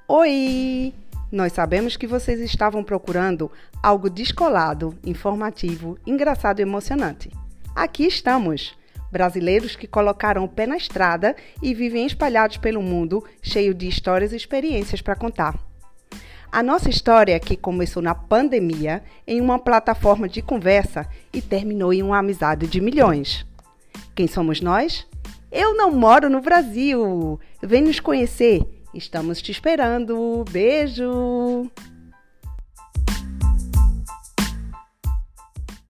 Oi! Nós sabemos que vocês estavam procurando algo descolado, informativo, engraçado e emocionante. Aqui estamos! Brasileiros que colocaram o pé na estrada e vivem espalhados pelo mundo, cheio de histórias e experiências para contar. A nossa história, que começou na pandemia, em uma plataforma de conversa e terminou em uma amizade de milhões. Quem somos nós? Eu não moro no Brasil! Vem nos conhecer! Estamos te esperando! Beijo!